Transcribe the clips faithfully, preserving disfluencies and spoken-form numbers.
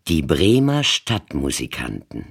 Die Bremer Stadtmusikanten.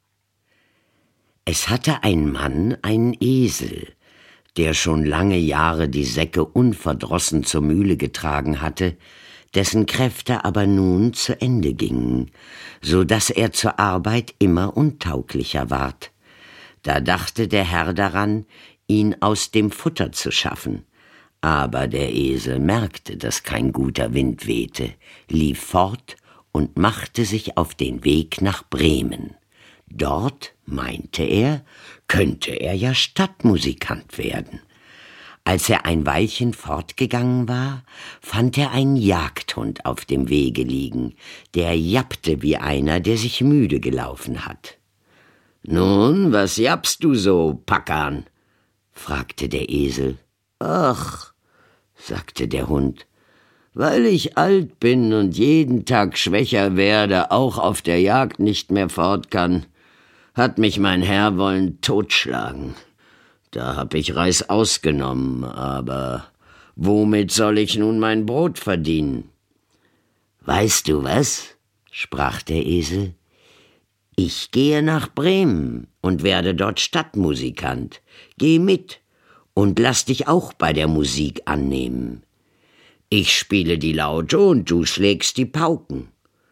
Es hatte ein Mann einen Esel, der schon lange Jahre die Säcke unverdrossen zur Mühle getragen hatte, dessen Kräfte aber nun zu Ende gingen, so daß er zur Arbeit immer untauglicher ward. Da dachte der Herr daran, ihn aus dem Futter zu schaffen. Aber der Esel merkte, dass kein guter Wind wehte, lief fort und machte sich auf den Weg nach Bremen. Dort, meinte er, könnte er ja Stadtmusikant werden. Als er ein Weilchen fortgegangen war, fand er einen Jagdhund auf dem Wege liegen, der jappte wie einer, der sich müde gelaufen hat. »Nun, was jappst du so, Packan?« fragte der Esel. »Ach«, sagte der Hund, »weil ich alt bin und jeden Tag schwächer werde, auch auf der Jagd nicht mehr fort kann, hat mich mein Herr wollen totschlagen. Da hab ich Reißaus genommen, aber womit soll ich nun mein Brot verdienen?« »Weißt du was?«, sprach der Esel, »ich gehe nach Bremen und werde dort Stadtmusikant. Geh mit und lass dich auch bei der Musik annehmen. Ich spiele die Laute und du schlägst die Pauken.«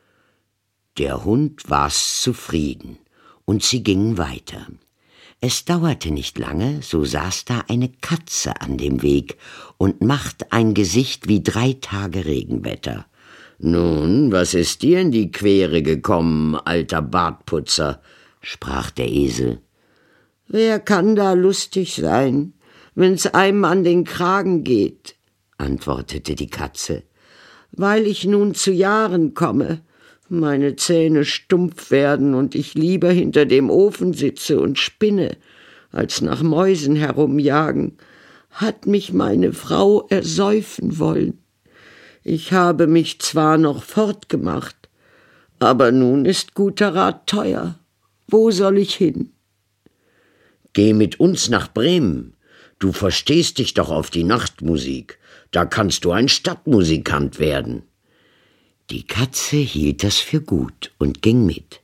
Der Hund war's zufrieden, und sie gingen weiter. Es dauerte nicht lange, so saß da eine Katze an dem Weg und macht ein Gesicht wie drei Tage Regenwetter. »Nun, was ist dir in die Quere gekommen, alter Bartputzer?« sprach der Esel. »Wer kann da lustig sein, wenn's einem an den Kragen geht?« antwortete die Katze. »Weil ich nun zu Jahren komme, meine Zähne stumpf werden und ich lieber hinter dem Ofen sitze und spinne, als nach Mäusen herumjagen, hat mich meine Frau ersäufen wollen. Ich habe mich zwar noch fortgemacht, aber nun ist guter Rat teuer. Wo soll ich hin?« »Geh mit uns nach Bremen. Du verstehst dich doch auf die Nachtmusik. Da kannst du ein Stadtmusikant werden.« Die Katze hielt das für gut und ging mit.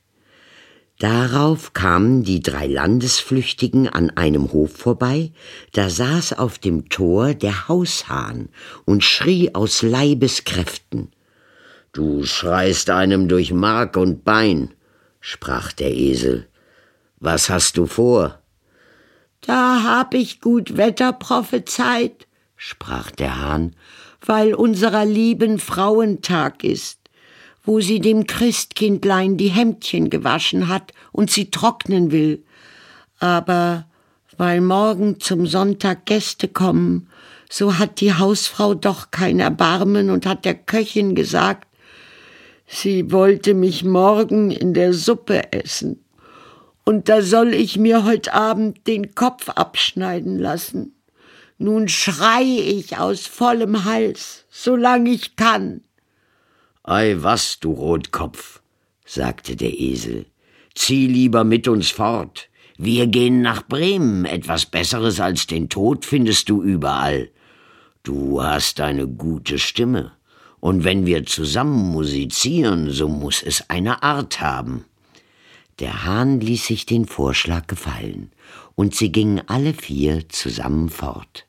Darauf kamen die drei Landesflüchtigen an einem Hof vorbei, da saß auf dem Tor der Haushahn und schrie aus Leibeskräften. »Du schreist einem durch Mark und Bein«, sprach der Esel. »Was hast du vor?« »Da hab ich gut Wetter prophezeit«, sprach der Hahn, »weil unserer lieben Frauentag ist, wo sie dem Christkindlein die Hemdchen gewaschen hat und sie trocknen will. Aber weil morgen zum Sonntag Gäste kommen, so hat die Hausfrau doch kein Erbarmen und hat der Köchin gesagt, sie wollte mich morgen in der Suppe essen. Und da soll ich mir heut Abend den Kopf abschneiden lassen. Nun schrei ich aus vollem Hals, solang ich kann.« »Ei was, du Rotkopf«, sagte der Esel, »zieh lieber mit uns fort. Wir gehen nach Bremen, etwas Besseres als den Tod findest du überall. Du hast eine gute Stimme, und wenn wir zusammen musizieren, so muß es eine Art haben.« Der Hahn ließ sich den Vorschlag gefallen, und sie gingen alle vier zusammen fort.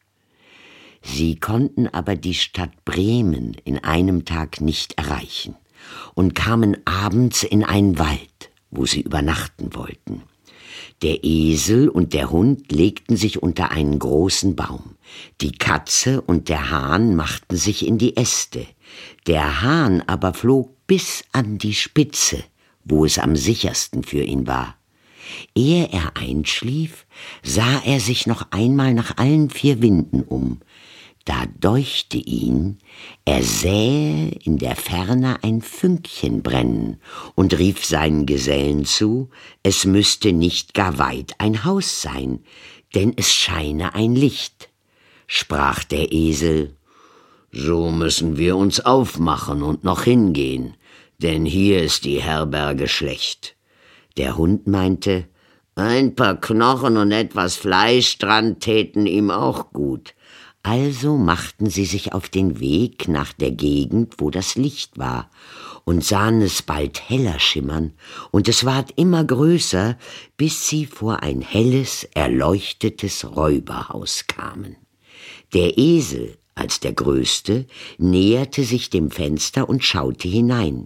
Sie konnten aber die Stadt Bremen in einem Tag nicht erreichen und kamen abends in einen Wald, wo sie übernachten wollten. Der Esel und der Hund legten sich unter einen großen Baum. Die Katze und der Hahn machten sich in die Äste. Der Hahn aber flog bis an die Spitze, wo es am sichersten für ihn war. Ehe er einschlief, sah er sich noch einmal nach allen vier Winden um. Da deuchte ihn, er sähe in der Ferne ein Fünkchen brennen und rief seinen Gesellen zu, es müsste nicht gar weit ein Haus sein, denn es scheine ein Licht. Sprach der Esel, »So müssen wir uns aufmachen und noch hingehen, denn hier ist die Herberge schlecht.« Der Hund meinte, »Ein paar Knochen und etwas Fleisch dran täten ihm auch gut.« Also machten sie sich auf den Weg nach der Gegend, wo das Licht war, und sahen es bald heller schimmern, und es ward immer größer, bis sie vor ein helles, erleuchtetes Räuberhaus kamen. Der Esel, als der Größte, näherte sich dem Fenster und schaute hinein.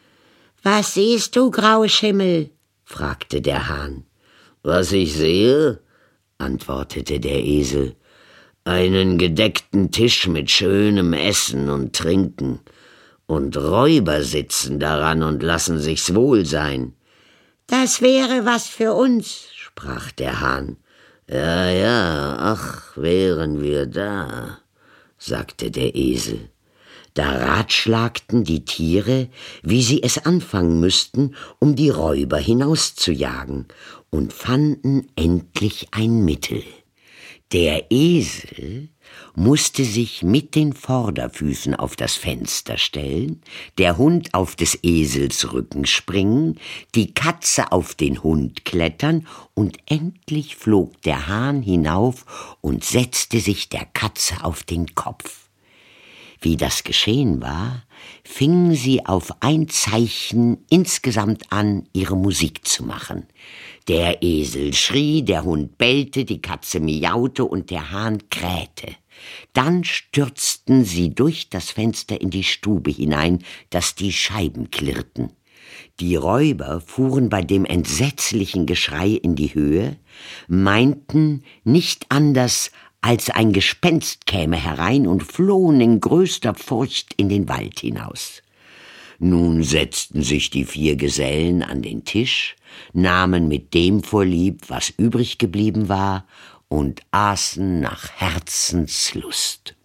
»Was siehst du, Grauschimmel?« fragte der Hahn. »Was ich sehe?« antwortete der Esel. »Einen gedeckten Tisch mit schönem Essen und Trinken, und Räuber sitzen daran und lassen sich's wohl sein.« »Das wäre was für uns«, sprach der Hahn. »Ja, ja, ach, wären wir da«, sagte der Esel. Da ratschlagten die Tiere, wie sie es anfangen müssten, um die Räuber hinauszujagen, und fanden endlich ein Mittel. Der Esel musste sich mit den Vorderfüßen auf das Fenster stellen, der Hund auf des Esels Rücken springen, die Katze auf den Hund klettern, und endlich flog der Hahn hinauf und setzte sich der Katze auf den Kopf. Wie das geschehen war, fingen sie auf ein Zeichen insgesamt an, ihre Musik zu machen. Der Esel schrie, der Hund bellte, die Katze miaute und der Hahn krähte. Dann stürzten sie durch das Fenster in die Stube hinein, dass die Scheiben klirrten. Die Räuber fuhren bei dem entsetzlichen Geschrei in die Höhe, meinten nicht anders, als ein Gespenst käme herein, und flohen in größter Furcht in den Wald hinaus. Nun setzten sich die vier Gesellen an den Tisch, nahmen mit dem vorlieb, was übrig geblieben war, und aßen nach Herzenslust.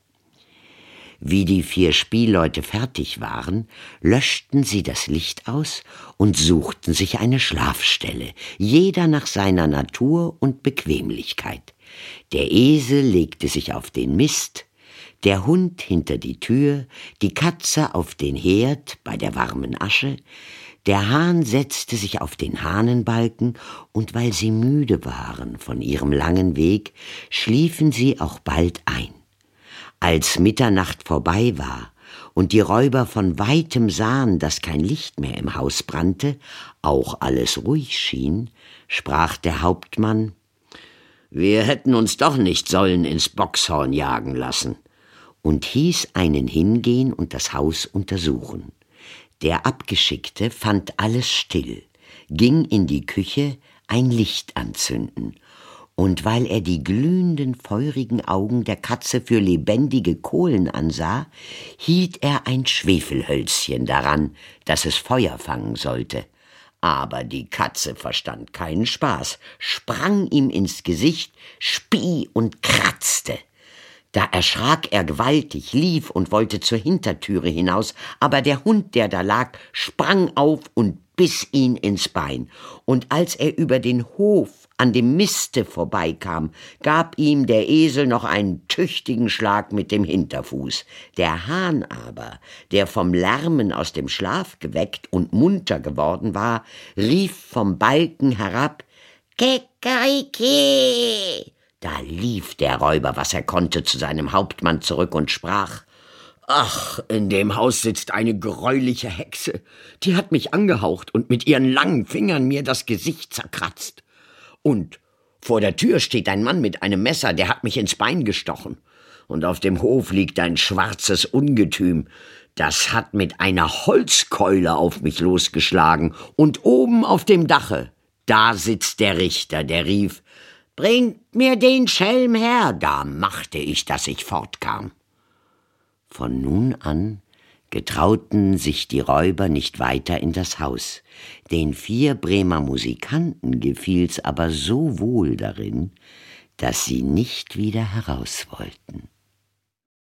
Wie die vier Spielleute fertig waren, löschten sie das Licht aus und suchten sich eine Schlafstelle, jeder nach seiner Natur und Bequemlichkeit. Der Esel legte sich auf den Mist, der Hund hinter die Tür, die Katze auf den Herd bei der warmen Asche, der Hahn setzte sich auf den Hahnenbalken, und weil sie müde waren von ihrem langen Weg, schliefen sie auch bald ein. Als Mitternacht vorbei war und die Räuber von weitem sahen, dass kein Licht mehr im Haus brannte, auch alles ruhig schien, sprach der Hauptmann: »Wir hätten uns doch nicht sollen ins Bockshorn jagen lassen«, und hieß einen hingehen und das Haus untersuchen. Der Abgeschickte fand alles still, ging in die Küche ein Licht anzünden, und weil er die glühenden, feurigen Augen der Katze für lebendige Kohlen ansah, hielt er ein Schwefelhölzchen daran, dass es Feuer fangen sollte. Aber die Katze verstand keinen Spaß, sprang ihm ins Gesicht, spie und kratzte. Da erschrak er gewaltig, lief und wollte zur Hintertüre hinaus, aber der Hund, der da lag, sprang auf und biss ihn ins Bein. Und als er über den Hof an dem Miste vorbeikam, gab ihm der Esel noch einen tüchtigen Schlag mit dem Hinterfuß. Der Hahn aber, der vom Lärmen aus dem Schlaf geweckt und munter geworden war, rief vom Balken herab: »Kikeriki!« Da lief der Räuber, was er konnte, zu seinem Hauptmann zurück und sprach: »Ach, in dem Haus sitzt eine greuliche Hexe, die hat mich angehaucht und mit ihren langen Fingern mir das Gesicht zerkratzt. Und vor der Tür steht ein Mann mit einem Messer, der hat mich ins Bein gestochen. Und auf dem Hof liegt ein schwarzes Ungetüm, das hat mit einer Holzkeule auf mich losgeschlagen. Und oben auf dem Dache, da sitzt der Richter, der rief: »Bringt mir den Schelm her!« Da machte ich, dass ich fortkam.« Von nun an getrauten sich die Räuber nicht weiter in das Haus. Den vier Bremer Musikanten gefiel's aber so wohl darin, dass sie nicht wieder heraus wollten.